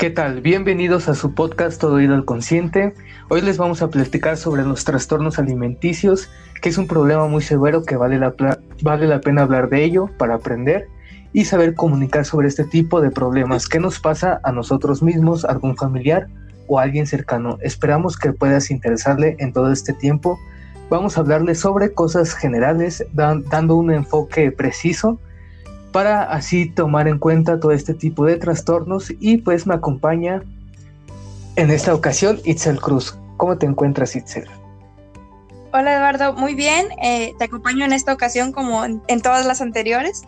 ¿Qué tal? Bienvenidos a su podcast Todo Oído al Consciente. Hoy les vamos a platicar sobre los trastornos alimenticios, que es un problema muy severo que vale la pena hablar de ello para aprender y saber comunicar sobre este tipo de problemas. ¿Qué nos pasa a nosotros mismos, a algún familiar o a alguien cercano? Esperamos que puedas interesarle en todo este tiempo. Vamos a hablarle sobre cosas generales, dando un enfoque preciso para así tomar en cuenta todo este tipo de trastornos. Y pues me acompaña en esta ocasión Itzel Cruz. ¿Cómo te encuentras, Itzel? Hola, Eduardo, muy bien. Te acompaño en esta ocasión como en todas las anteriores.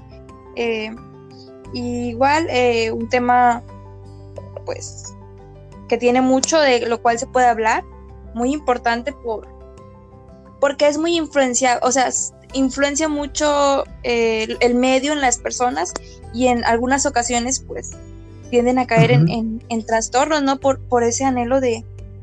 Igual un tema pues que tiene mucho de lo cual se puede hablar, muy importante porque es muy influenciado, o sea, influencia mucho el medio en las personas y en algunas ocasiones pues tienden a caer en trastornos, ¿no? Por ese anhelo de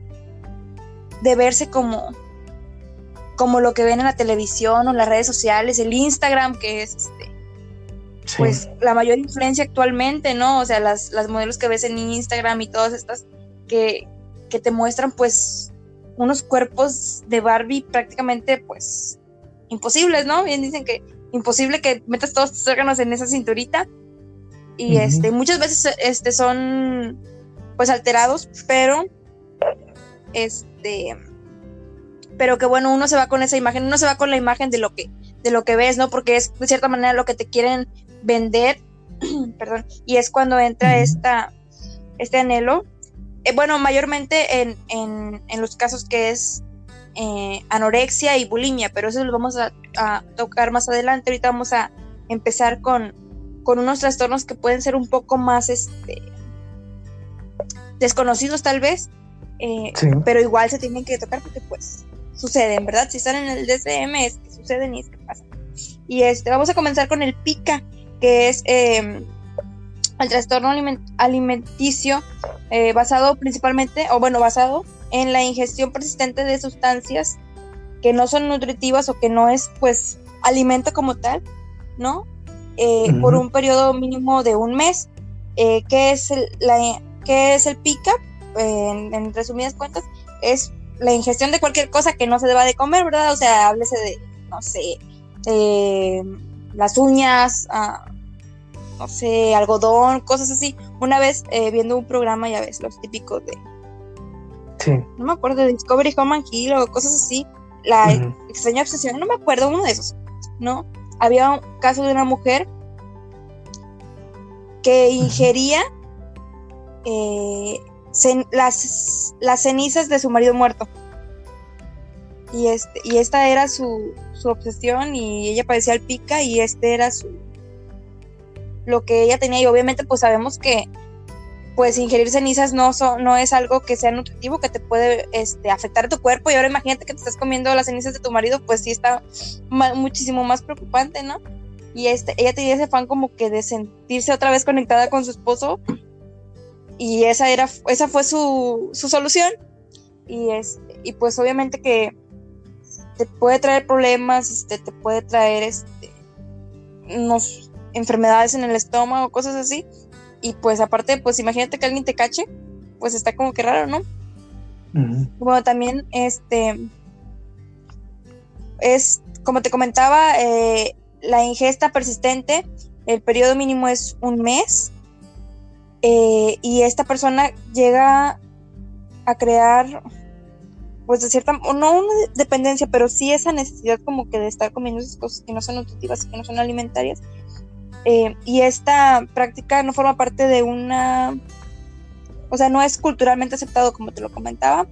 verse como lo que ven en la televisión o en las redes sociales, el Instagram, que es Sí. Pues la mayor influencia actualmente, ¿no? O sea, las modelos que ves en Instagram y todas estas que te muestran pues unos cuerpos de Barbie prácticamente pues imposibles, ¿no? Bien dicen que imposible que metas todos tus órganos en esa cinturita y muchas veces son pues alterados, pero pero que bueno, uno se va con esa imagen, uno se va con la imagen de lo que ves, ¿no? Porque es de cierta manera lo que te quieren vender, perdón, y es cuando entra este anhelo, bueno, mayormente en los casos que es anorexia y bulimia, pero eso lo vamos a tocar más adelante. Ahorita vamos a empezar con unos trastornos que pueden ser un poco más desconocidos tal vez, pero igual se tienen que tocar porque pues suceden, ¿verdad? Si están en el DSM es que suceden y es que pasan. Y vamos a comenzar con el PICA, que es el trastorno alimenticio basado en la ingestión persistente de sustancias que no son nutritivas o que no es pues alimento como tal, ¿no? Por un periodo mínimo de un mes. ¿Qué es el PICA? En resumidas cuentas, es la ingestión de cualquier cosa que no se deba de comer, ¿verdad? O sea, háblese de, no sé, las uñas, no sé, algodón, cosas así. Una vez viendo un programa, ya ves, los típicos de, no me acuerdo, de Discovery Home and Heal o cosas así, la extraña obsesión, no me acuerdo, uno de esos, ¿no? Había un caso de una mujer que ingería las cenizas de su marido muerto. Y esta era su obsesión, y ella padecía el PICA, y era lo que ella tenía. Y obviamente pues sabemos que pues ingerir cenizas no es algo que sea nutritivo, que te puede afectar a tu cuerpo. Y ahora imagínate que te estás comiendo las cenizas de tu marido, pues sí está muchísimo más preocupante, ¿no? Y ella tenía ese afán como que de sentirse otra vez conectada con su esposo, y esa fue su solución. Y pues obviamente que te puede traer problemas, te puede traer enfermedades en el estómago, cosas así. Y pues aparte, pues imagínate que alguien te cache, pues está como que raro, ¿no? Bueno, también es como te comentaba, la ingesta persistente, el periodo mínimo es un mes, y esta persona llega a crear pues de cierta, no una dependencia, pero sí esa necesidad como que de estar comiendo esas cosas que no son nutritivas y que no son alimentarias. Y esta práctica no forma parte de o sea, no es culturalmente aceptado, como te lo comentaba.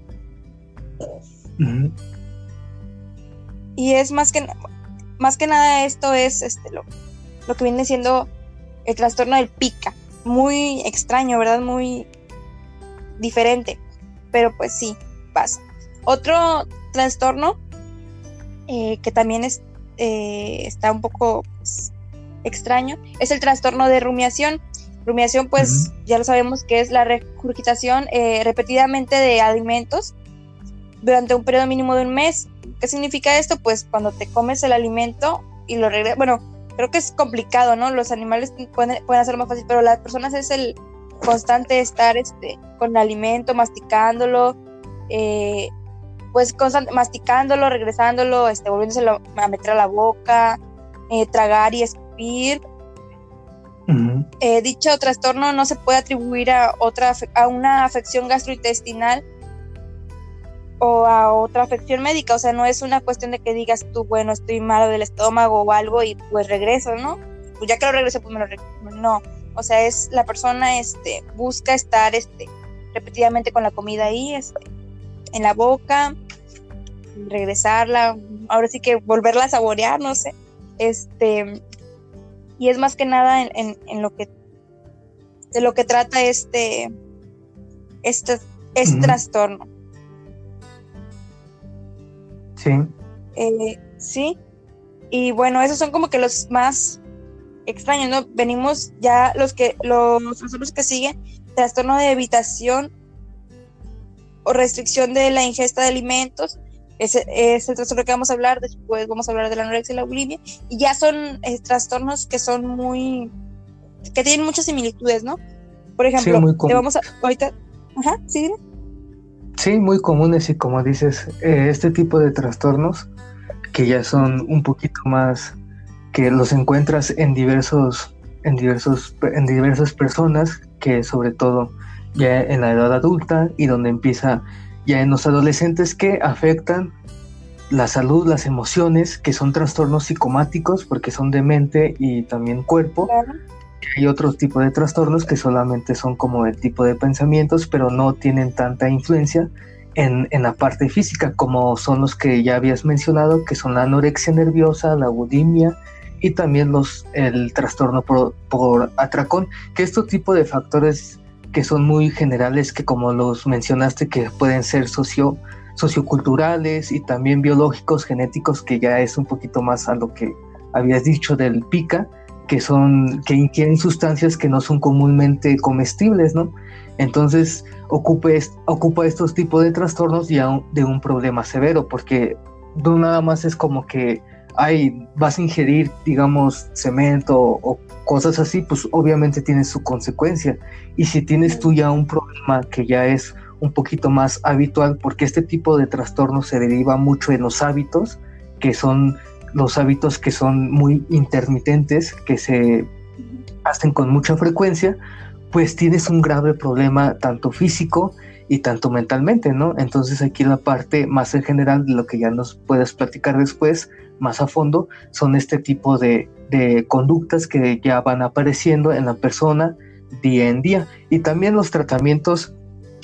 Y es más que nada esto es lo que viene siendo el trastorno del PICA. Muy extraño, ¿verdad? Muy diferente, pero pues sí, pasa. Otro trastorno que también está un poco pues, extraño es el trastorno de rumiación. Rumiación, pues ya lo sabemos que es la regurgitación repetidamente de alimentos durante un periodo mínimo de un mes. ¿Qué significa esto? Pues cuando te comes el alimento y lo regresas, bueno, creo que es complicado, ¿no? Los animales pueden hacerlo más fácil, pero las personas es constante estar con el alimento, masticándolo, pues masticándolo, regresándolo, volviéndoselo a meter a la boca, tragar y escupir. Uh-huh. Dicho trastorno no se puede atribuir a una afección gastrointestinal o a otra afección médica, o sea, no es una cuestión de que digas tú, bueno, estoy malo del estómago o algo y pues regreso, ¿no? Pues ya que lo regreso, pues me lo regreso. No, o sea, es la persona busca estar repetidamente con la comida ahí, en la boca, regresarla, ahora sí que volverla a saborear, no sé, y es más que nada en lo que de lo que trata este uh-huh. trastorno. Sí. Sí, y bueno, esos son como que los más extraños, ¿no? Venimos ya los trastornos que siguen: trastorno de evitación o restricción de la ingesta de alimentos. Ese es el trastorno que vamos a hablar. Después vamos a hablar de la anorexia y la bulimia, y ya son trastornos que son que tienen muchas similitudes, ¿no? Por ejemplo, sí, ahorita, ajá, sí, dime. Sí, muy comunes, y como dices, este tipo de trastornos que ya son un poquito más, que los encuentras en diversas personas, que sobre todo ya en la edad adulta, y donde empieza ya en los adolescentes, que afectan la salud, las emociones, que son trastornos psicomáticos porque son de mente y también cuerpo. Claro. Hay otro tipo de trastornos que solamente son como el tipo de pensamientos, pero no tienen tanta influencia en la parte física, como son los que ya habías mencionado, que son la anorexia nerviosa, la bulimia y también el trastorno por atracón, que este tipo de factores que son muy generales, que como los mencionaste, que pueden ser socioculturales y también biológicos, genéticos, que ya es un poquito más a lo que habías dicho del pica, que ingieren sustancias que no son comúnmente comestibles, ¿no? Entonces ocupa estos tipos de trastornos ya de un problema severo, porque no nada más es como que vas a ingerir, digamos, cemento o cosas así, pues obviamente tiene su consecuencia. Y si tienes tú ya un problema que ya es un poquito más habitual, porque este tipo de trastorno se deriva mucho en los hábitos, que son los hábitos que son muy intermitentes, que se hacen con mucha frecuencia, pues tienes un grave problema tanto físico y tanto mentalmente, ¿no? Entonces aquí la parte más en general de lo que ya nos puedes platicar después, más a fondo, son este tipo de conductas que ya van apareciendo en la persona día en día. Y también los tratamientos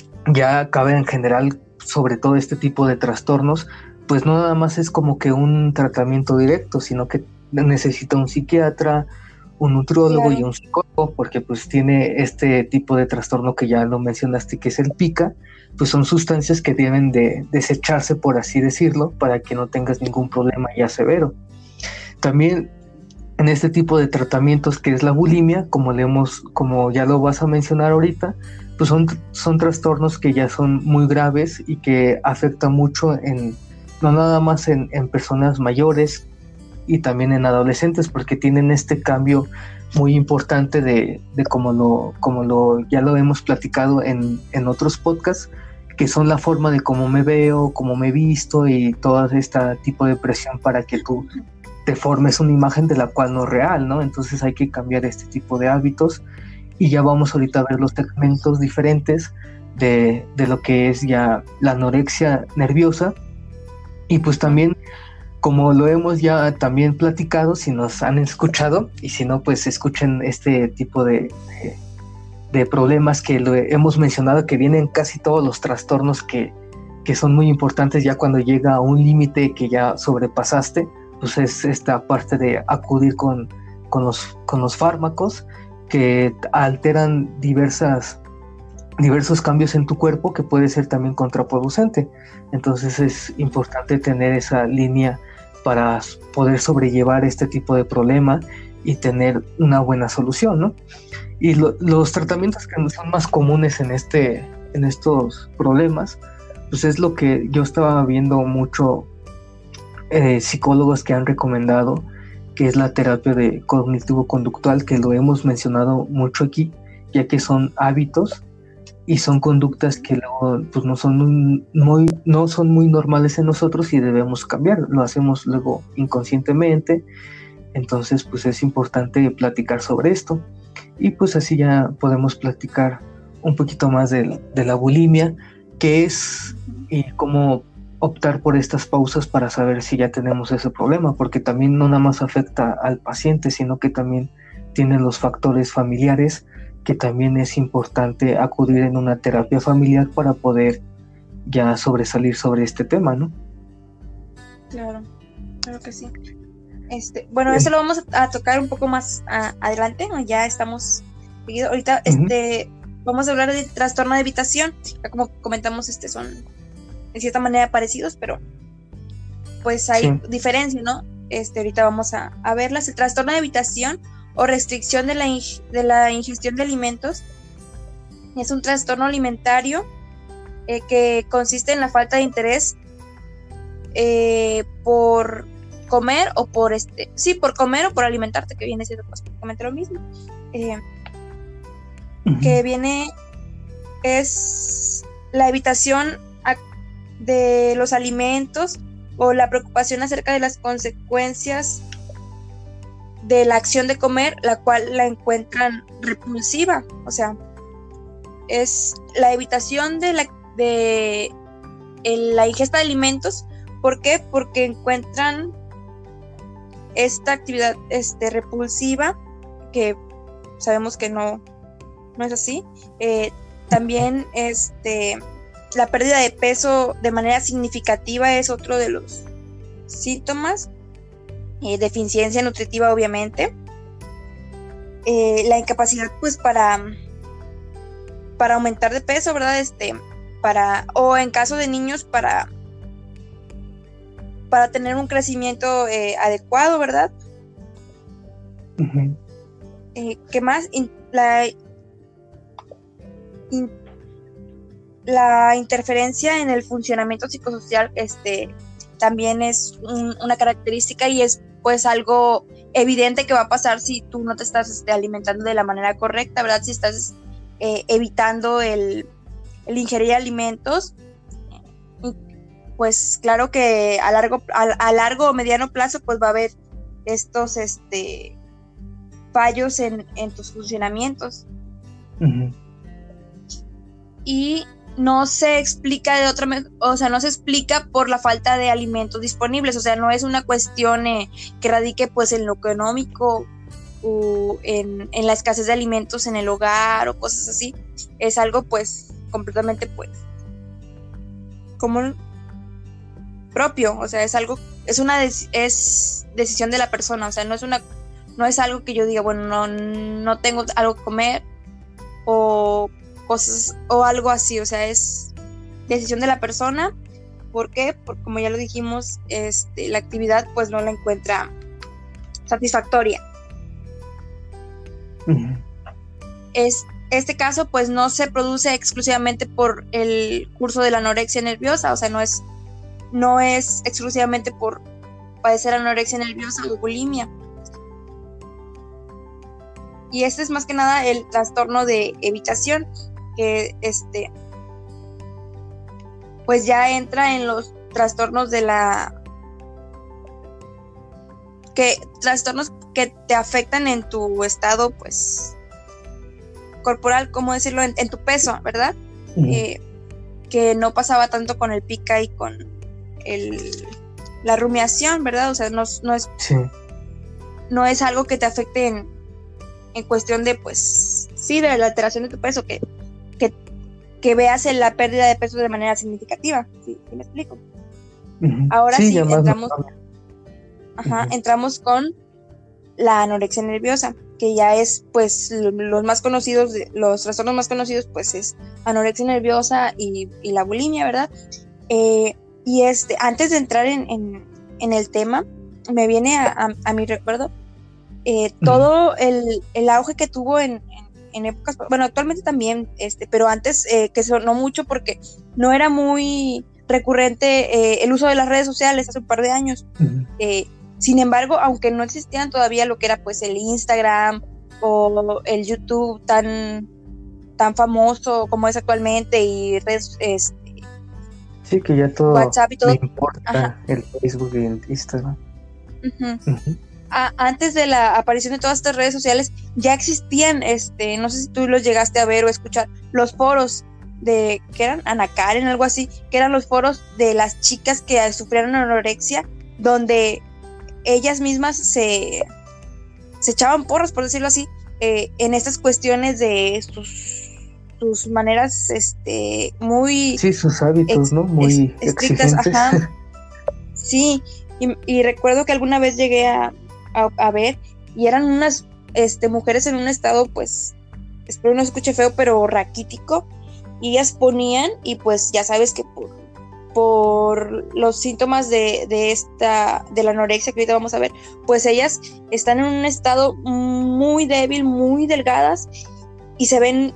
ya caben en general sobre todo este tipo de trastornos, pues no nada más es como que un tratamiento directo, sino que necesita un psiquiatra, un nutriólogo, claro, y un psicólogo, porque pues tiene este tipo de trastorno que ya lo mencionaste, que es el pica. Pues son sustancias que deben de desecharse, por así decirlo, para que no tengas ningún problema ya severo. También en este tipo de tratamientos, que es la bulimia, como ya lo vas a mencionar ahorita, pues son trastornos que ya son muy graves y que afectan mucho no nada más en personas mayores y también en adolescentes, porque tienen este cambio muy importante de ya lo hemos platicado en otros podcasts, que son la forma de cómo me veo, cómo me visto, y todo este tipo de presión para que tú te formes una imagen de la cual no es real, ¿no? Entonces hay que cambiar este tipo de hábitos, y ya vamos ahorita a ver los segmentos diferentes de lo que es ya la anorexia nerviosa. Y pues también, como lo hemos ya también platicado, si nos han escuchado, y si no, pues escuchen este tipo de problemas que lo hemos mencionado, que vienen casi todos los trastornos que son muy importantes ya cuando llega a un límite que ya sobrepasaste. Pues es esta parte de acudir con los fármacos que alteran diversos cambios en tu cuerpo, que puede ser también contraproducente. Entonces es importante tener esa línea para poder sobrellevar este tipo de problema y tener una buena solución, ¿no? Y los tratamientos que son más comunes en estos problemas, pues es lo que yo estaba viendo mucho, psicólogos que han recomendado, que es la terapia de cognitivo-conductual, que lo hemos mencionado mucho aquí, ya que son hábitos y son conductas que luego pues no son muy normales en nosotros y debemos cambiar. Lo hacemos luego inconscientemente, entonces pues es importante platicar sobre esto y pues así ya podemos platicar un poquito más de la bulimia, qué es y cómo optar por estas pausas para saber si ya tenemos ese problema, porque también no nada más afecta al paciente, sino que también tienen los factores familiares, que también es importante acudir en una terapia familiar para poder ya sobresalir sobre este tema, ¿no? Claro que sí. Bueno, eso lo vamos a tocar un poco más adelante, ya estamos seguidos. Ahorita vamos a hablar de trastorno de evitación, como comentamos, son de cierta manera parecidos, pero pues hay diferencia, ¿no? Ahorita vamos a verlas. El trastorno de evitación o restricción de la ingestión de alimentos es un trastorno alimentario que consiste en la falta de interés por comer o por comer o por alimentarte, que viene siendo prácticamente lo mismo, que es la evitación de los alimentos o la preocupación acerca de las consecuencias de la acción de comer, la cual la encuentran repulsiva. O sea, es la evitación de la ingesta de alimentos. ¿Por qué? Porque encuentran esta actividad repulsiva, que sabemos que no es así. También la pérdida de peso de manera significativa es otro de los síntomas. Deficiencia nutritiva, obviamente. La incapacidad pues para aumentar de peso, ¿verdad? O en caso de niños para tener un crecimiento adecuado, ¿verdad? ¿Qué más? La interferencia en el funcionamiento psicosocial también es una característica, y es pues algo evidente que va a pasar si tú no te estás alimentando de la manera correcta, ¿verdad? Si estás evitando el ingerir alimentos, pues claro que a largo o mediano plazo pues va a haber estos fallos en tus funcionamientos. Y no se explica no se explica por la falta de alimentos disponibles. O sea, no es una cuestión que radique pues en lo económico o en la escasez de alimentos en el hogar o cosas así. Es algo pues completamente pues común, propio. O sea, es decisión de la persona. O sea, no es algo que yo diga, bueno, no tengo algo que comer o cosas o algo así. O sea, es decisión de la persona. ¿Por qué? Porque, como ya lo dijimos, la actividad pues no la encuentra satisfactoria. Este caso pues no se produce exclusivamente por el curso de la anorexia nerviosa. O sea, no es exclusivamente por padecer anorexia nerviosa o bulimia. Y es más que nada el trastorno de evitación, que pues ya entra en los trastornos trastornos que te afectan en tu estado pues corporal, ¿cómo decirlo? En tu peso, ¿verdad? Que no pasaba tanto con el pica y con la rumiación, ¿verdad? O sea, no es algo que te afecte en cuestión de pues sí, de la alteración de tu peso, que veas la pérdida de peso de manera significativa. ¿Sí me explico? Ahora sí entramos con la anorexia nerviosa, que ya es pues los trastornos más conocidos pues es anorexia nerviosa y la bulimia, ¿verdad? Y antes de entrar en el tema, me viene a mi recuerdo todo el auge que tuvo en épocas, bueno, actualmente también, pero antes que sonó mucho porque no era muy recurrente el uso de las redes sociales hace un par de años. Sin embargo, aunque no existían todavía lo que era pues el Instagram o el YouTube tan tan famoso como es actualmente y redes, sí, que ya todo WhatsApp y todo. le importa el Facebook y el Instagram. Antes de la aparición de todas estas redes sociales ya existían, no sé si tú los llegaste a ver o escuchar, los foros que eran Ana Karen, algo así, que eran los foros de las chicas que sufrieron anorexia, donde ellas mismas se echaban porras, por decirlo así, en estas cuestiones de sus maneras muy... Sí, sus hábitos, ¿no? Muy estrictas, exigentes. ajá. Sí, y recuerdo que alguna vez llegué a ver, y eran unas mujeres en un estado, pues, espero no se escuche feo, pero raquítico, y ellas ponían, y pues ya sabes que por los síntomas de la anorexia que ahorita vamos a ver, pues ellas están en un estado muy débil, muy delgadas, y se ven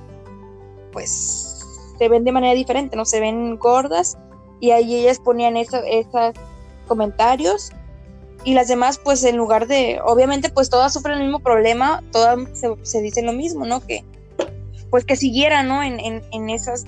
de manera diferente, ¿no? Se ven gordas, y ahí ellas ponían esos comentarios, y las demás, pues en lugar de, obviamente, pues todas sufren el mismo problema, todas se dicen lo mismo, ¿no? Que pues que siguieran, ¿no? En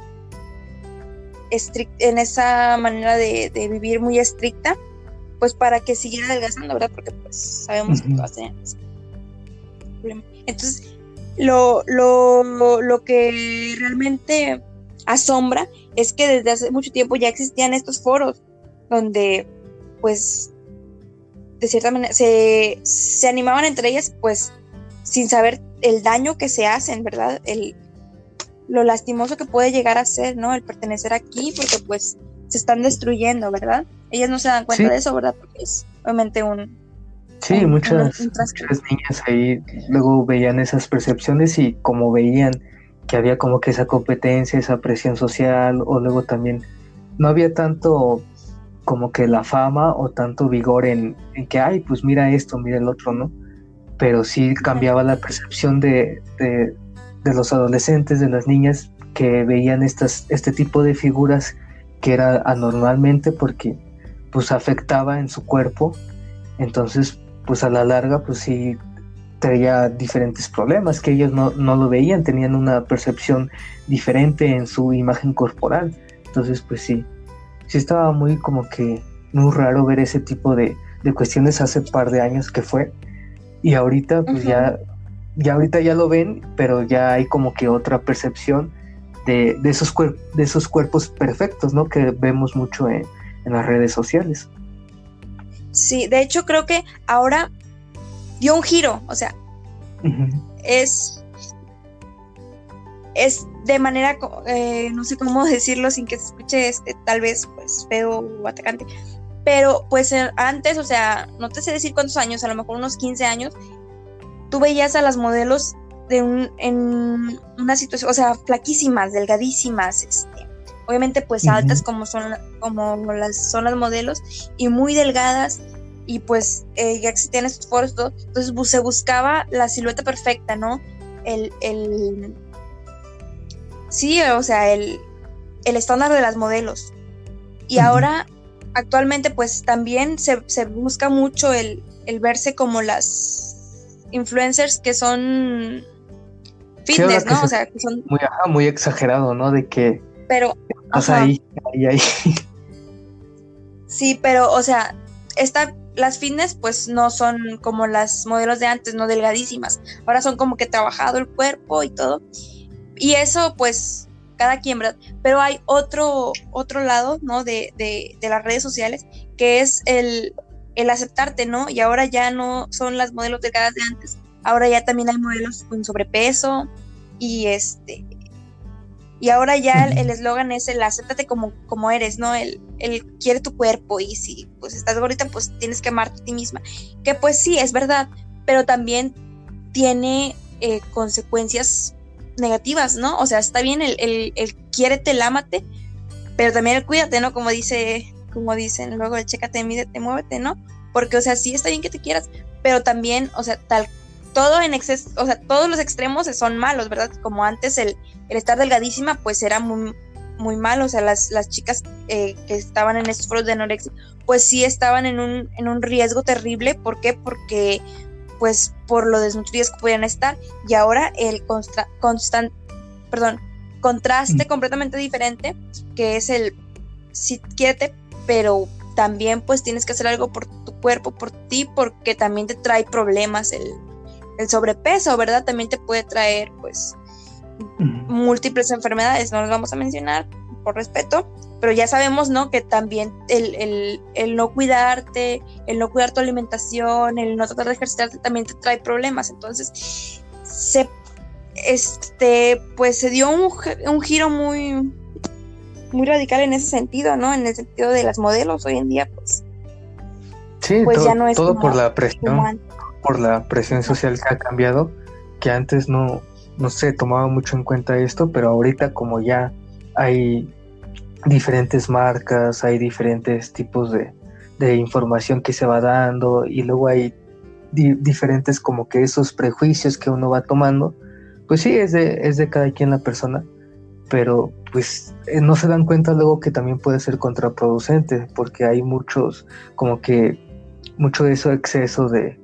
esa manera de vivir muy estricta, pues para que siguiera adelgazando, ¿verdad? Porque pues sabemos que todas tienen ese problema. Entonces, lo que realmente asombra es que desde hace mucho tiempo ya existían estos foros donde, pues, de cierta manera se animaban entre ellas, pues, sin saber el daño que se hacen, ¿verdad? Lo lastimoso que puede llegar a ser, ¿no? El pertenecer aquí, porque pues se están destruyendo, ¿verdad? Ellas no se dan cuenta de eso, ¿verdad? Porque es obviamente muchas niñas ahí luego veían esas percepciones, y como veían que había como que esa competencia, esa presión social, o luego también no había tanto como que la fama o tanto vigor en que, ay, pues mira esto, mira el otro, ¿no? Pero sí cambiaba la percepción de los adolescentes, de las niñas, que veían este tipo de figuras que era anormalmente, porque pues afectaba en su cuerpo. Entonces pues a la larga pues sí traía diferentes problemas, que ellos no lo veían, tenían una percepción diferente en su imagen corporal. Entonces pues sí estaba muy como que muy raro ver ese tipo de cuestiones hace un par de años que fue, y ahorita pues ya ahorita ya lo ven, pero ya hay como que otra percepción de esos cuerpos perfectos, ¿no? Que vemos mucho en las redes sociales. Sí, de hecho creo que ahora dio un giro, o sea, es de manera, no sé cómo decirlo sin que se escuche tal vez pues feo o atacante, pero pues antes, o sea, no te sé decir cuántos años, a lo mejor unos 15 años, tú veías a las modelos en una situación, o sea, flaquísimas, delgadísimas, obviamente pues altas como son las modelos, y muy delgadas, y pues ya existían estos foros, todo, entonces se buscaba la silueta perfecta, ¿no? Sí, o sea, el estándar de las modelos. Y ahora, actualmente, pues también se busca mucho el verse como las influencers que son fitness, ¿no? O sea, que son muy exagerado, ¿no? De que pero ahí. Sí, pero, o sea, las fitness pues no son como las modelos de antes, no delgadísimas. Ahora son como que trabajado el cuerpo y todo. Y eso, pues, cada quien, ¿verdad? Pero hay otro lado, ¿no? De las redes sociales, que es el aceptarte, ¿no? Y ahora ya no son las modelos delgadas de antes. Ahora ya también hay modelos con sobrepeso, y y ahora ya el eslogan es el acéptate como eres, ¿no? El quiere tu cuerpo, y si pues estás gordita, pues tienes que amarte a ti misma. Que pues sí, es verdad, pero también tiene consecuencias negativas, ¿no? O sea, está bien el quiérete, el ámate, pero también el cuídate, ¿no? Como dicen luego el chécate, mídete, muévete, ¿no? Porque, o sea, sí está bien que te quieras, pero también, o sea, todo en exceso, o sea, todos los extremos son malos, ¿verdad? Como antes el estar delgadísima, pues era muy, muy malo, o sea, las chicas que estaban en estos foros de anorexia, pues sí estaban en un riesgo terrible. ¿Por qué? Porque pues por lo desnutridas que podían estar, y ahora contraste completamente diferente, que es el sí, quiérete, pero también pues tienes que hacer algo por tu cuerpo, por ti, porque también te trae problemas el sobrepeso, ¿verdad? También te puede traer pues múltiples enfermedades, no las vamos a mencionar por respeto, pero ya sabemos, ¿no? Que también el no cuidarte, el no cuidar tu alimentación, el no tratar de ejercitarte también te trae problemas. Entonces pues se dio un giro muy radical en ese sentido, ¿no? En el sentido de las modelos hoy en día, pues sí, pues todo, ya no es todo como, por la presión social que ha cambiado, que antes no se tomaba mucho en cuenta esto, pero ahorita como ya hay diferentes marcas, hay diferentes tipos de información que se va dando, y luego hay diferentes como que esos prejuicios que uno va tomando, pues sí, es de cada quien la persona, pero pues no se dan cuenta luego que también puede ser contraproducente, porque hay muchos, como que mucho de eso exceso de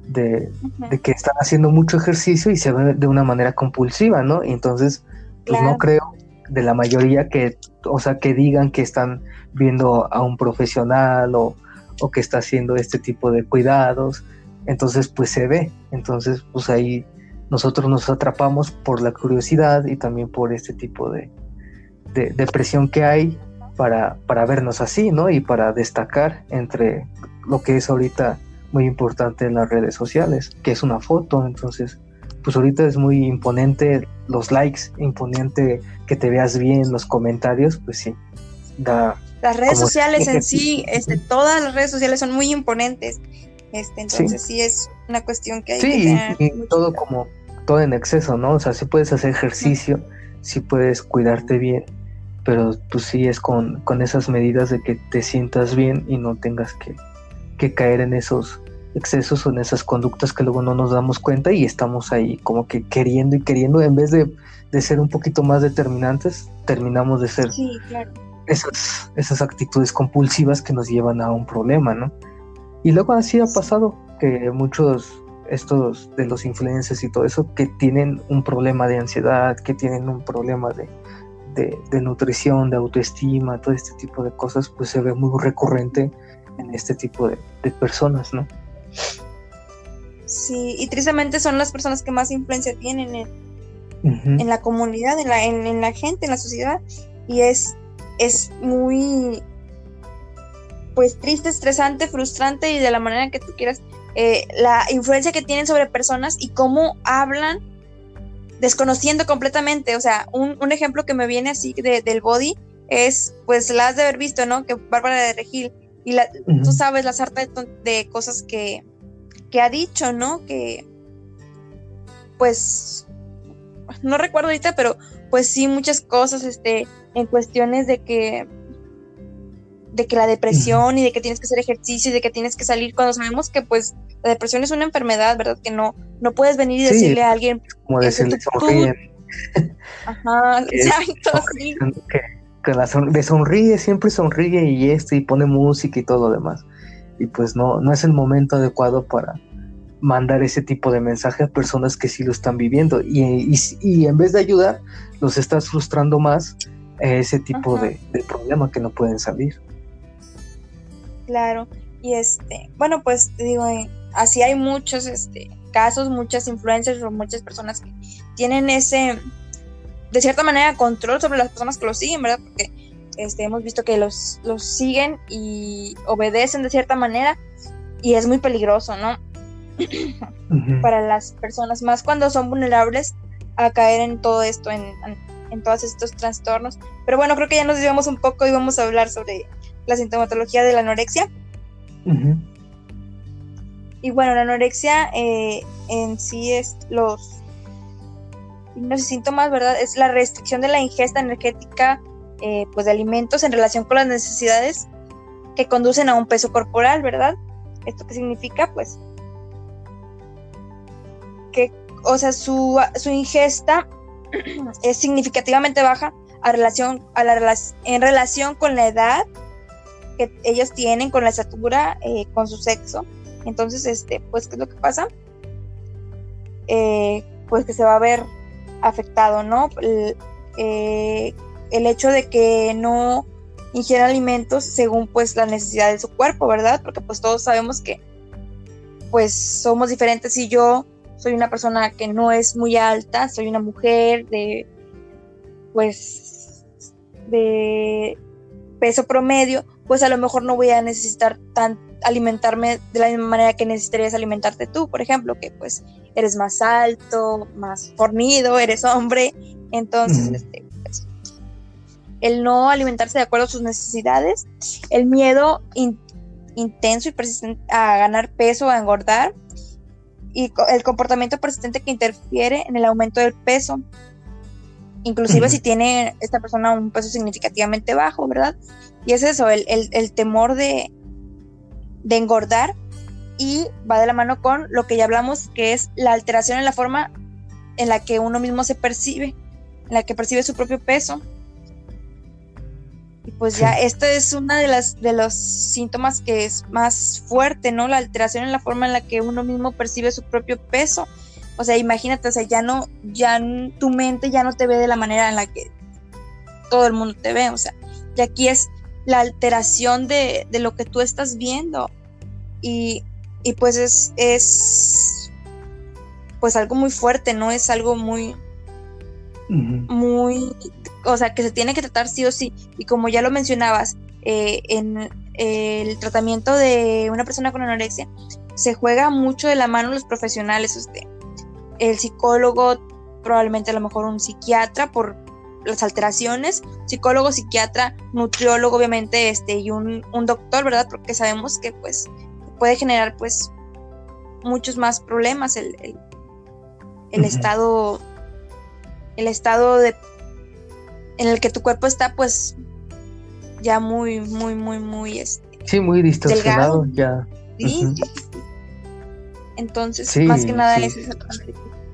que están haciendo mucho ejercicio y se ve de una manera compulsiva, ¿no? Y entonces, pues no creo de la mayoría que digan que están viendo a un profesional o que está haciendo este tipo de cuidados. Entonces, pues se ve. Entonces, pues ahí nosotros nos atrapamos por la curiosidad y también por este tipo de presión que hay para vernos así, ¿no? Y para destacar entre lo que es ahorita muy importante en las redes sociales, que es una foto. Entonces, pues ahorita es muy imponente los likes, imponente que te veas bien, los comentarios, pues sí, da... Las redes sociales en sí, todas las redes sociales son muy imponentes, entonces sí es una cuestión que hay que tener. Sí, y todo como, todo en exceso, ¿no? O sea, sí puedes hacer ejercicio, sí puedes cuidarte bien, pero pues sí es con esas medidas de que te sientas bien y no tengas que caer en esos excesos o en esas conductas que luego no nos damos cuenta y estamos ahí como que queriendo en vez de ser un poquito más determinantes, terminamos de ser esas actitudes compulsivas que nos llevan a un problema, ¿no? Y luego así ha pasado que muchos estos de los influencers y todo eso que tienen un problema de ansiedad, que tienen un problema de nutrición, de autoestima, todo este tipo de cosas, pues se ve muy recurrente en este tipo de personas, ¿no? Sí, y tristemente son las personas que más influencia tienen en la comunidad, en la gente, en la sociedad, y es muy pues triste, estresante, frustrante y de la manera que tú quieras, la influencia que tienen sobre personas y cómo hablan desconociendo completamente. O sea, un ejemplo que me viene así del body es, pues la has de haber visto, ¿no? Que Bárbara de Regil, y tú sabes la sarta de cosas que ha dicho, ¿no? Que pues no recuerdo ahorita, pero pues sí, muchas cosas en cuestiones de que la depresión y de que tienes que hacer ejercicio y de que tienes que salir, cuando sabemos que pues la depresión es una enfermedad, ¿verdad? Que no puedes venir y decirle a alguien como decirle sonríe. Ajá, exacto, sí. Que sonríe, siempre sonríe y pone música y todo lo demás. Y pues no es el momento adecuado para mandar ese tipo de mensaje a personas que sí lo están viviendo. Y en vez de ayudar, los estás frustrando más ese tipo de problema que no pueden salir. Claro, y bueno, pues te digo, así hay muchos casos, muchas influencers o muchas personas que tienen ese, de cierta manera, control sobre las personas que los siguen, ¿verdad? Porque hemos visto que los siguen y obedecen de cierta manera, y es muy peligroso, ¿no? Para las personas, más cuando son vulnerables a caer en todo esto, en todos estos trastornos. Pero bueno, creo que ya nos desviamos un poco y vamos a hablar sobre la sintomatología de la anorexia. Y bueno, la anorexia en sí es los síntomas, ¿verdad? Es la restricción de la ingesta energética pues de alimentos en relación con las necesidades que conducen a un peso corporal, ¿verdad? ¿Esto qué significa? Pues que, o sea, su ingesta es significativamente baja en relación con la edad que ellos tienen, con la estatura, con su sexo. Entonces, pues, ¿qué es lo que pasa? Pues que se va a ver afectado, ¿no? el hecho de que no ingiera alimentos según pues la necesidad de su cuerpo, ¿verdad? Porque pues todos sabemos que pues somos diferentes. Si yo soy una persona que no es muy alta, soy una mujer de peso promedio, pues a lo mejor no voy a necesitar alimentarme de la misma manera que necesitarías alimentarte tú, por ejemplo, que pues eres más alto, más fornido, eres hombre, entonces pues, el no alimentarse de acuerdo a sus necesidades, el miedo intenso y persistente a ganar peso, a engordar, y el comportamiento persistente que interfiere en el aumento del peso, inclusive si tiene esta persona un peso significativamente bajo, ¿verdad? Y es eso, el temor de engordar, y va de la mano con lo que ya hablamos, que es la alteración en la forma en la que uno mismo se percibe, en la que percibe su propio peso. Y pues ya, esto es una de los síntomas que es más fuerte, ¿no? La alteración en la forma en la que uno mismo percibe su propio peso. O sea, imagínate, o sea, tu mente ya no te ve de la manera en la que todo el mundo te ve, o sea, y aquí es la alteración de lo que tú estás viendo, y pues es pues algo muy fuerte, ¿no? Es algo muy, muy, o sea, que se tiene que tratar sí o sí, y como ya lo mencionabas, en el tratamiento de una persona con anorexia, se juega mucho de la mano los profesionales, el psicólogo, probablemente a lo mejor un psiquiatra por las alteraciones, psicólogo, psiquiatra, nutriólogo, obviamente, y un doctor, ¿verdad? Porque sabemos que pues puede generar pues muchos más problemas el estado en el que tu cuerpo está pues ya muy sí, muy distorsionado, delgado. Ya. Sí. Entonces, sí, más que nada es esa parte.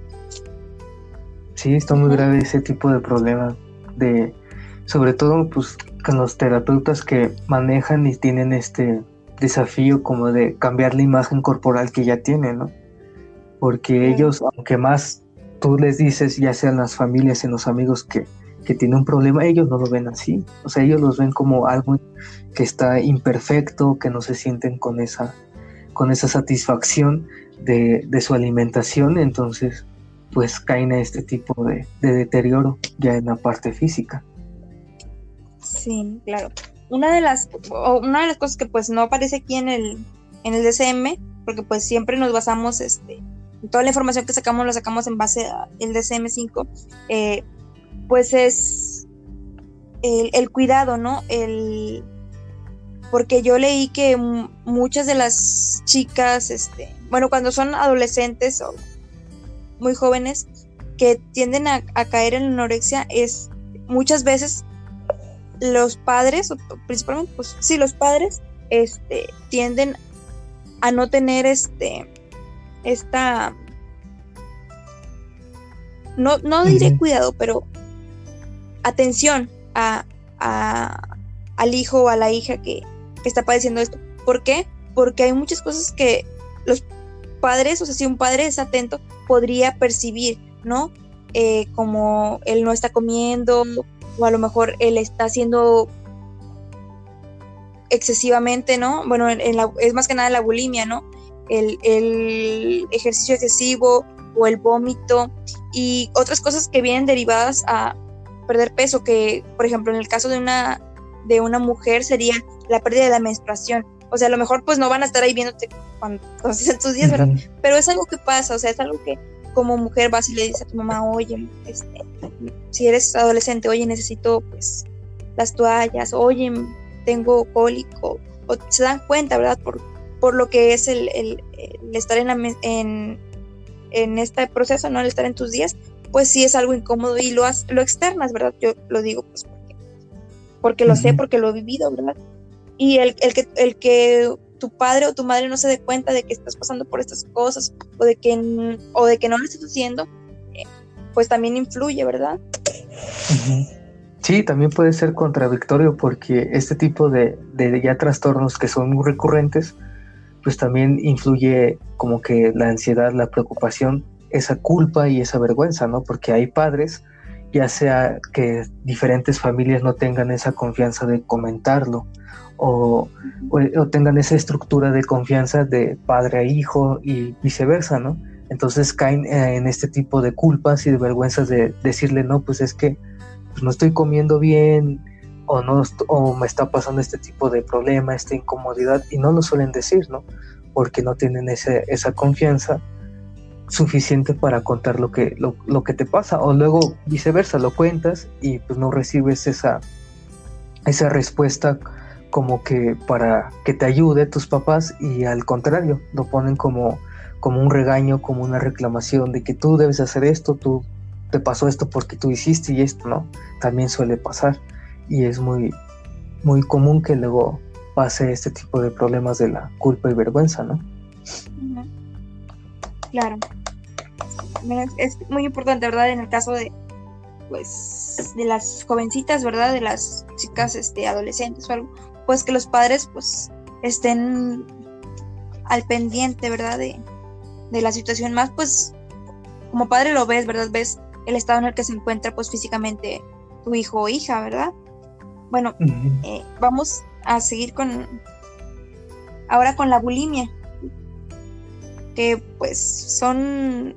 Sí, está muy grave ese tipo de problema, sobre todo pues con los terapeutas que manejan y tienen este desafío como de cambiar la imagen corporal que ya tienen, ¿no? Porque ellos, aunque más tú les dices, ya sean las familias y los amigos que tienen un problema, ellos no lo ven así, o sea, ellos los ven como algo que está imperfecto, que no se sienten con esa satisfacción de su alimentación, entonces pues caen a este tipo de deterioro ya en la parte física. Sí, claro. Una de las cosas que pues no aparece aquí en el DSM, porque pues siempre nos basamos, toda la información que sacamos la sacamos en base al DSM-5, pues es el cuidado, ¿no? Porque yo leí que muchas de las chicas, cuando son adolescentes o muy jóvenes, que tienden a caer en la anorexia, es muchas veces los padres, o principalmente, pues sí, los padres, tienden a no tener no diré cuidado, pero atención al hijo o a la hija que está padeciendo esto. ¿Por qué? Porque hay muchas cosas que los padres, o sea, si un padre es atento, podría percibir, ¿no? Como él no está comiendo, o a lo mejor él está haciendo excesivamente, ¿no? Bueno, es más que nada la bulimia, ¿no? El ejercicio excesivo o el vómito y otras cosas que vienen derivadas a perder peso, que por ejemplo en el caso de una mujer sería la pérdida de la menstruación. O sea, a lo mejor pues no van a estar ahí viéndote cuando hacen tus días, ¿verdad? Pero es algo que pasa, o sea, es algo que como mujer vas y le dices a tu mamá, oye, si eres adolescente, oye, necesito pues las toallas, oye, tengo cólico, o se dan cuenta, ¿verdad? Por lo que es el estar en este proceso, ¿no? El estar en tus días, pues sí es algo incómodo y lo externas, ¿verdad? Yo lo digo pues porque lo sé, porque lo he vivido, ¿verdad? Y el que tu padre o tu madre no se dé cuenta de que estás pasando por estas cosas o de que no lo estás haciendo, pues también influye, ¿verdad? Sí, también puede ser contradictorio porque este tipo de ya trastornos que son muy recurrentes, pues también influye como que la ansiedad, la preocupación, esa culpa y esa vergüenza, ¿no? Porque hay padres ya sea que diferentes familias no tengan esa confianza de comentarlo, o tengan esa estructura de confianza de padre a hijo y viceversa, ¿no? Entonces caen en este tipo de culpas y de vergüenzas de decirle, no, pues es que pues no estoy comiendo bien, o me está pasando este tipo de problema, esta incomodidad, y no lo suelen decir, ¿no? Porque no tienen esa confianza suficiente para contar lo que te pasa, o luego viceversa, lo cuentas y pues no recibes esa respuesta como que para que te ayude tus papás, y al contrario, lo ponen como un regaño, como una reclamación de que tú debes hacer esto, tú te pasó esto porque tú hiciste y esto, ¿no? También suele pasar, y es muy, muy común que luego pase este tipo de problemas de la culpa y vergüenza, ¿no? Claro. Es muy importante, ¿verdad? En el caso de, pues, de las jovencitas, ¿verdad? De las chicas adolescentes o algo, pues que los padres pues estén al pendiente, ¿verdad? De la situación, más pues como padre lo ves, ¿verdad? Ves el estado en el que se encuentra pues físicamente tu hijo o hija, ¿verdad? Bueno, vamos a seguir ahora con la bulimia, que pues son,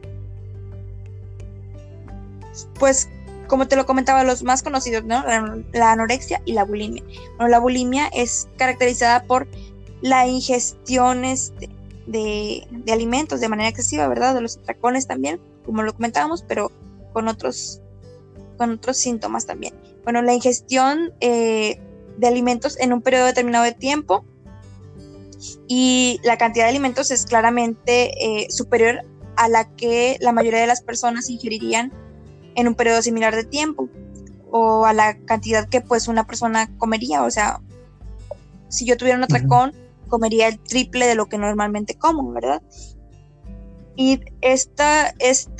pues como te lo comentaba, los más conocidos, ¿no? La anorexia y la bulimia. Bueno, la bulimia es caracterizada por la ingestión de alimentos de manera excesiva, ¿verdad? De los atracones también, como lo comentábamos, pero con otros síntomas también. Bueno, la ingestión de alimentos en un periodo determinado de tiempo, y la cantidad de alimentos es claramente superior a la que la mayoría de las personas ingerirían en un periodo similar de tiempo, o a la cantidad que pues una persona comería. O sea, si yo tuviera un atracón, comería el triple de lo que normalmente como, ¿verdad? Y esta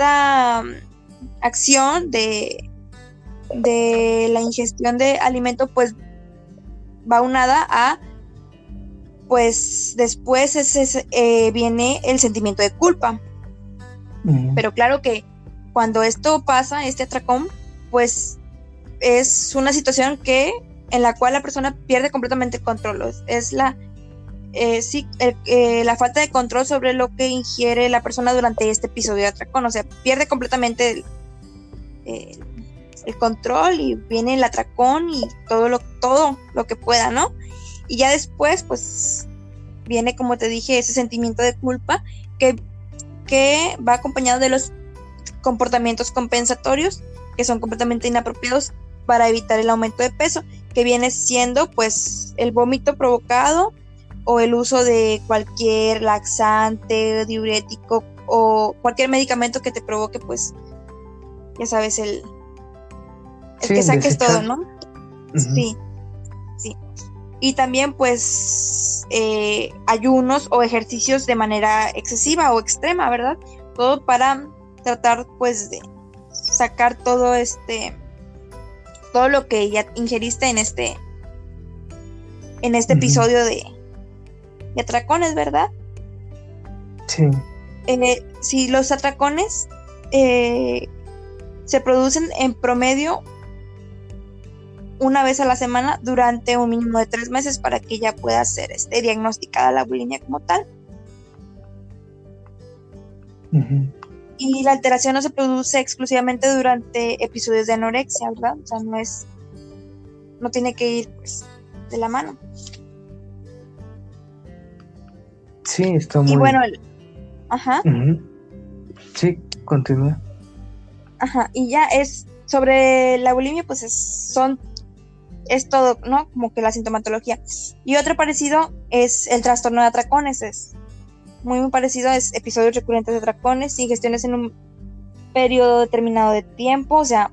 acción de la ingestión de alimento pues va unada a, pues después viene el sentimiento de culpa. Pero claro que cuando esto pasa, este atracón, pues es una situación en la cual la persona pierde completamente el control. Es la falta de control sobre lo que ingiere la persona durante este episodio de atracón. O sea, pierde completamente el control, y viene el atracón y todo lo que pueda, ¿no? Y ya después, pues, viene, como te dije, ese sentimiento de culpa que va acompañado de los comportamientos compensatorios, que son completamente inapropiados para evitar el aumento de peso, que viene siendo, pues, el vómito provocado, o el uso de cualquier laxante, diurético, o cualquier medicamento que te provoque, pues, ya sabes, el que saques todo, ¿no? Sí. Y también, pues, ayunos o ejercicios de manera excesiva o extrema, ¿verdad? Todo para tratar, pues, de sacar todo lo que ya ingeriste en este episodio de atracones, ¿verdad? Sí. Si los atracones se producen en promedio una vez a la semana durante un mínimo de 3 meses para que ya pueda ser diagnosticada la bulimia como tal. Y la alteración no se produce exclusivamente durante episodios de anorexia, ¿verdad? O sea, no tiene que ir, pues, de la mano. Sí, está muy... Y bueno, Sí, continúa. Y ya es sobre la bulimia, pues es todo, ¿no? Como que la sintomatología. Y otro parecido es el trastorno de atracones. Es muy parecido, es episodios recurrentes de atracones, ingestiones en un periodo determinado de tiempo, o sea,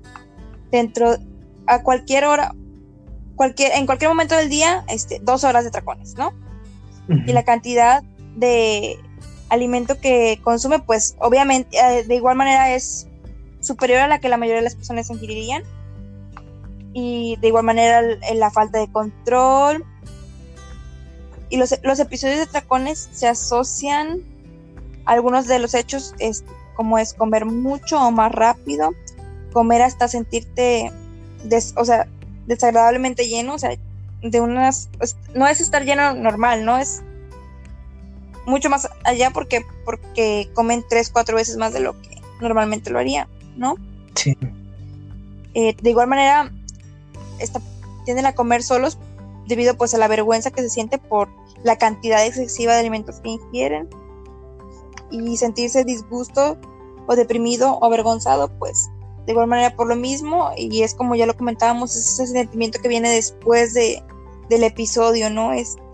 a cualquier hora, en cualquier momento del día, 2 horas de atracones, ¿no? Y la cantidad de alimento que consume, pues obviamente de igual manera es superior a la que la mayoría de las personas ingerirían. Y de igual manera la falta de control. Y los episodios de atracones se asocian a algunos de los hechos, como es comer mucho o más rápido, comer hasta sentirte, desagradablemente lleno, o sea, no es estar lleno normal, ¿no? Es mucho más allá porque comen 3-4 veces más de lo que normalmente lo haría, ¿no? Sí. De igual manera, tienden a comer solos debido pues a la vergüenza que se siente por la cantidad excesiva de alimentos que ingieren, y sentirse disgusto o deprimido o avergonzado, pues de igual manera por lo mismo, y es como ya lo comentábamos, es ese sentimiento que viene después del episodio, ¿no?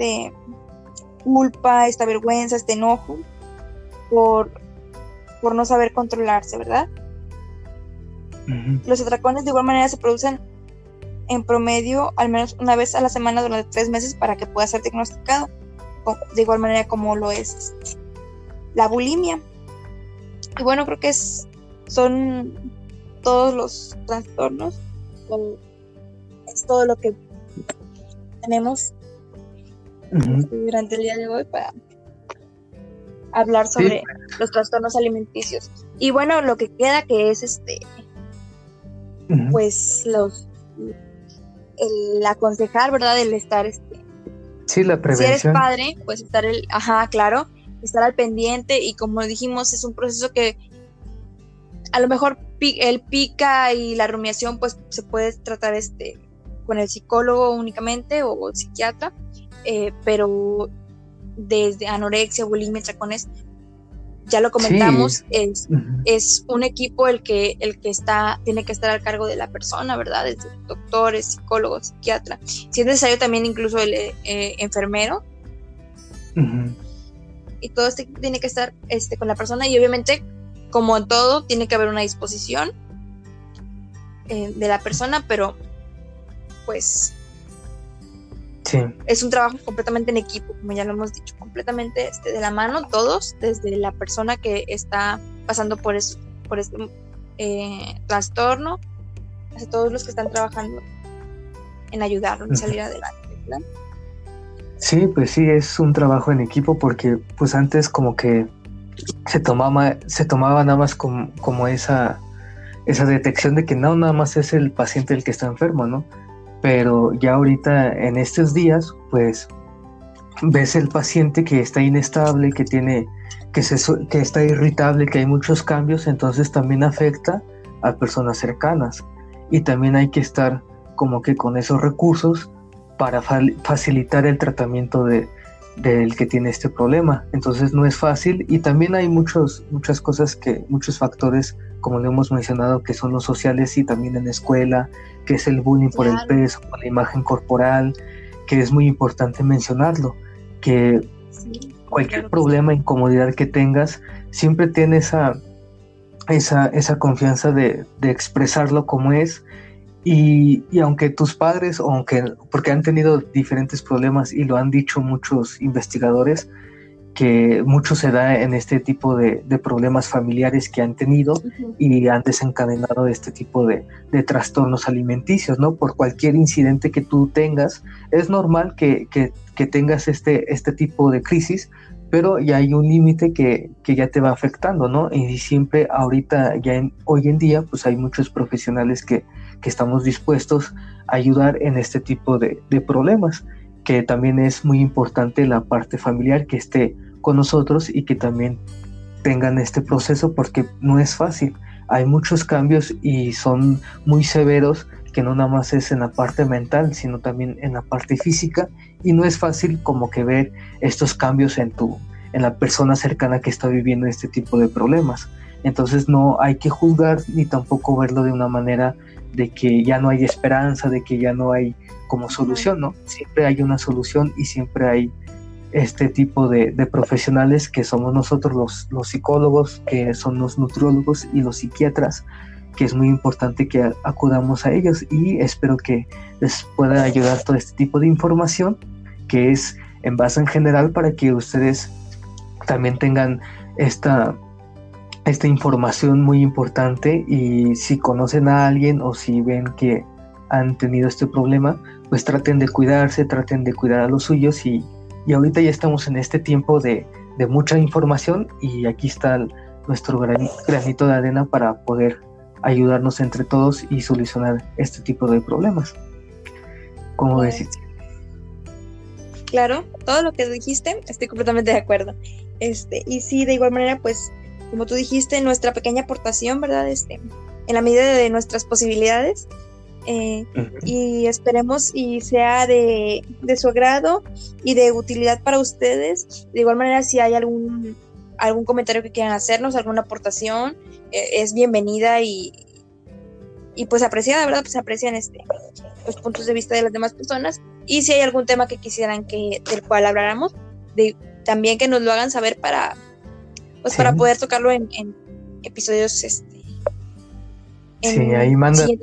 Culpa, esta vergüenza, este enojo por no saber controlarse, ¿verdad? Uh-huh. Los atracones de igual manera se producen en promedio al menos una vez a la semana durante 3 meses para que pueda ser diagnosticado, de igual manera como lo es la bulimia. Y bueno, creo que son todos los trastornos, es todo lo que tenemos durante el día de hoy para hablar sobre los trastornos alimenticios. Y bueno, lo que queda que es pues el aconsejar, ¿verdad? El estar la prevención. Si eres padre, pues estar estar al pendiente, y como dijimos, es un proceso que a lo mejor el pica y la rumiación pues se puede tratar con el psicólogo únicamente o el psiquiatra, pero desde anorexia, bulimia, atracones, ya lo comentamos, es un equipo el que tiene que estar al cargo de la persona, ¿verdad? Desde doctores, psicólogos, psiquiatra, si es necesario también incluso el enfermero, y todo tiene que estar con la persona, y obviamente, como en todo, tiene que haber una disposición de la persona, pero pues es un trabajo completamente en equipo, como ya lo hemos dicho, completamente de la mano, todos, desde la persona que está pasando por este trastorno, hasta todos los que están trabajando en ayudarlo, en salir adelante, ¿verdad? Sí, pues sí, es un trabajo en equipo, porque pues antes como que se tomaba nada más como esa detección de que no, nada más es el paciente el que está enfermo, ¿no? Pero ya ahorita en estos días, pues ves el paciente que está inestable, que está irritable, que hay muchos cambios, entonces también afecta a personas cercanas, y también hay que estar como que con esos recursos para facilitar el tratamiento del que tiene este problema. Entonces no es fácil, y también hay muchas cosas, muchos factores, como lo hemos mencionado, que son los sociales, y también en la escuela, que es el bullying por el peso, por la imagen corporal, que es muy importante mencionarlo, que cualquier problema, incomodidad que tengas, siempre tienes esa confianza de expresarlo como es. Y aunque tus padres, porque han tenido diferentes problemas, y lo han dicho muchos investigadores, que mucho se da en este tipo de problemas familiares que han tenido, y han desencadenado este tipo de trastornos alimenticios, ¿no? Por cualquier incidente que tú tengas, es normal que tengas este tipo de crisis, pero ya hay un límite que ya te va afectando, ¿no? Y siempre ahorita, hoy en día, pues hay muchos profesionales que estamos dispuestos a ayudar en este tipo de problemas, que también es muy importante la parte familiar que esté con nosotros, y que también tengan este proceso, porque no es fácil. Hay muchos cambios y son muy severos, que no nada más es en la parte mental, sino también en la parte física, y no es fácil como que ver estos cambios en la persona cercana que está viviendo este tipo de problemas. Entonces no hay que juzgar, ni tampoco verlo de una manera de que ya no hay esperanza, de que ya no hay como solución, ¿no? Siempre hay una solución, y siempre hay este tipo de profesionales, que somos nosotros los psicólogos, que son los nutriólogos y los psiquiatras, que es muy importante que acudamos a ellos, y espero que les pueda ayudar todo este tipo de información, que es en base en general, para que ustedes también tengan esta información muy importante, y si conocen a alguien o si ven que han tenido este problema, pues traten de cuidarse, traten de cuidar a los suyos, y ahorita ya estamos en este tiempo de mucha información, y aquí está nuestro granito de arena para poder ayudarnos entre todos y solucionar este tipo de problemas. ¿Cómo ves? Claro, todo lo que dijiste, estoy completamente de acuerdo. Y sí, de igual manera, pues, como tú dijiste, nuestra pequeña aportación, ¿verdad? En la medida de nuestras posibilidades, y esperemos y sea de su agrado y de utilidad para ustedes. De igual manera, si hay algún comentario que quieran hacernos, alguna aportación, es bienvenida y pues apreciada, ¿verdad? Pues aprecian los puntos de vista de las demás personas, y si hay algún tema que quisieran del cual habláramos, también que nos lo hagan saber para poder tocarlo en episodios sí, ahí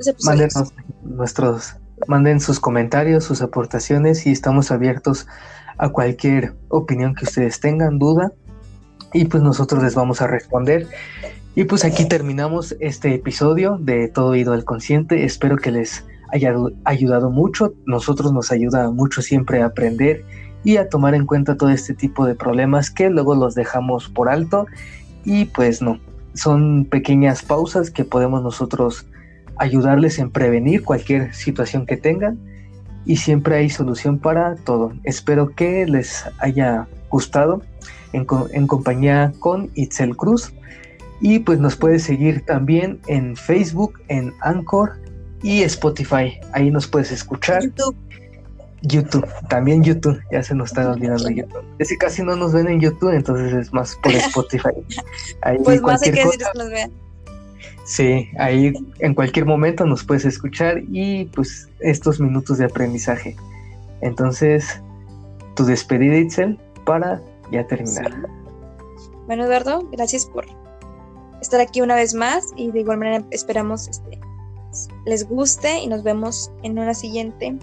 manden sus comentarios, sus aportaciones, y estamos abiertos a cualquier opinión que ustedes tengan, duda, y pues nosotros les vamos a responder. Y pues aquí terminamos este episodio de Todo Oído al Consciente. Espero que les haya ayudado mucho. Nosotros nos ayuda mucho siempre a aprender y a tomar en cuenta todo este tipo de problemas que luego los dejamos por alto, y pues no, son pequeñas pausas que podemos nosotros ayudarles en prevenir cualquier situación que tengan, y siempre hay solución para todo. Espero que les haya gustado en compañía con Itzel Cruz. Y pues nos puedes seguir también en Facebook, en Anchor y Spotify. Ahí nos puedes escuchar. YouTube, también YouTube. Ya se nos está olvidando YouTube. Es que casi no nos ven en YouTube, entonces es más por Spotify. Ahí pues más hay que decirles que nos vean. Sí, ahí en cualquier momento nos puedes escuchar, y pues estos minutos de aprendizaje. Entonces, tu despedida, Itzel, para ya terminar. Sí. Bueno, Eduardo, gracias por estar aquí una vez más, y de igual manera esperamos les guste, y nos vemos en una siguiente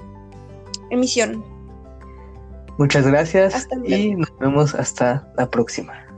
emisión. Muchas gracias y nos vemos hasta la próxima.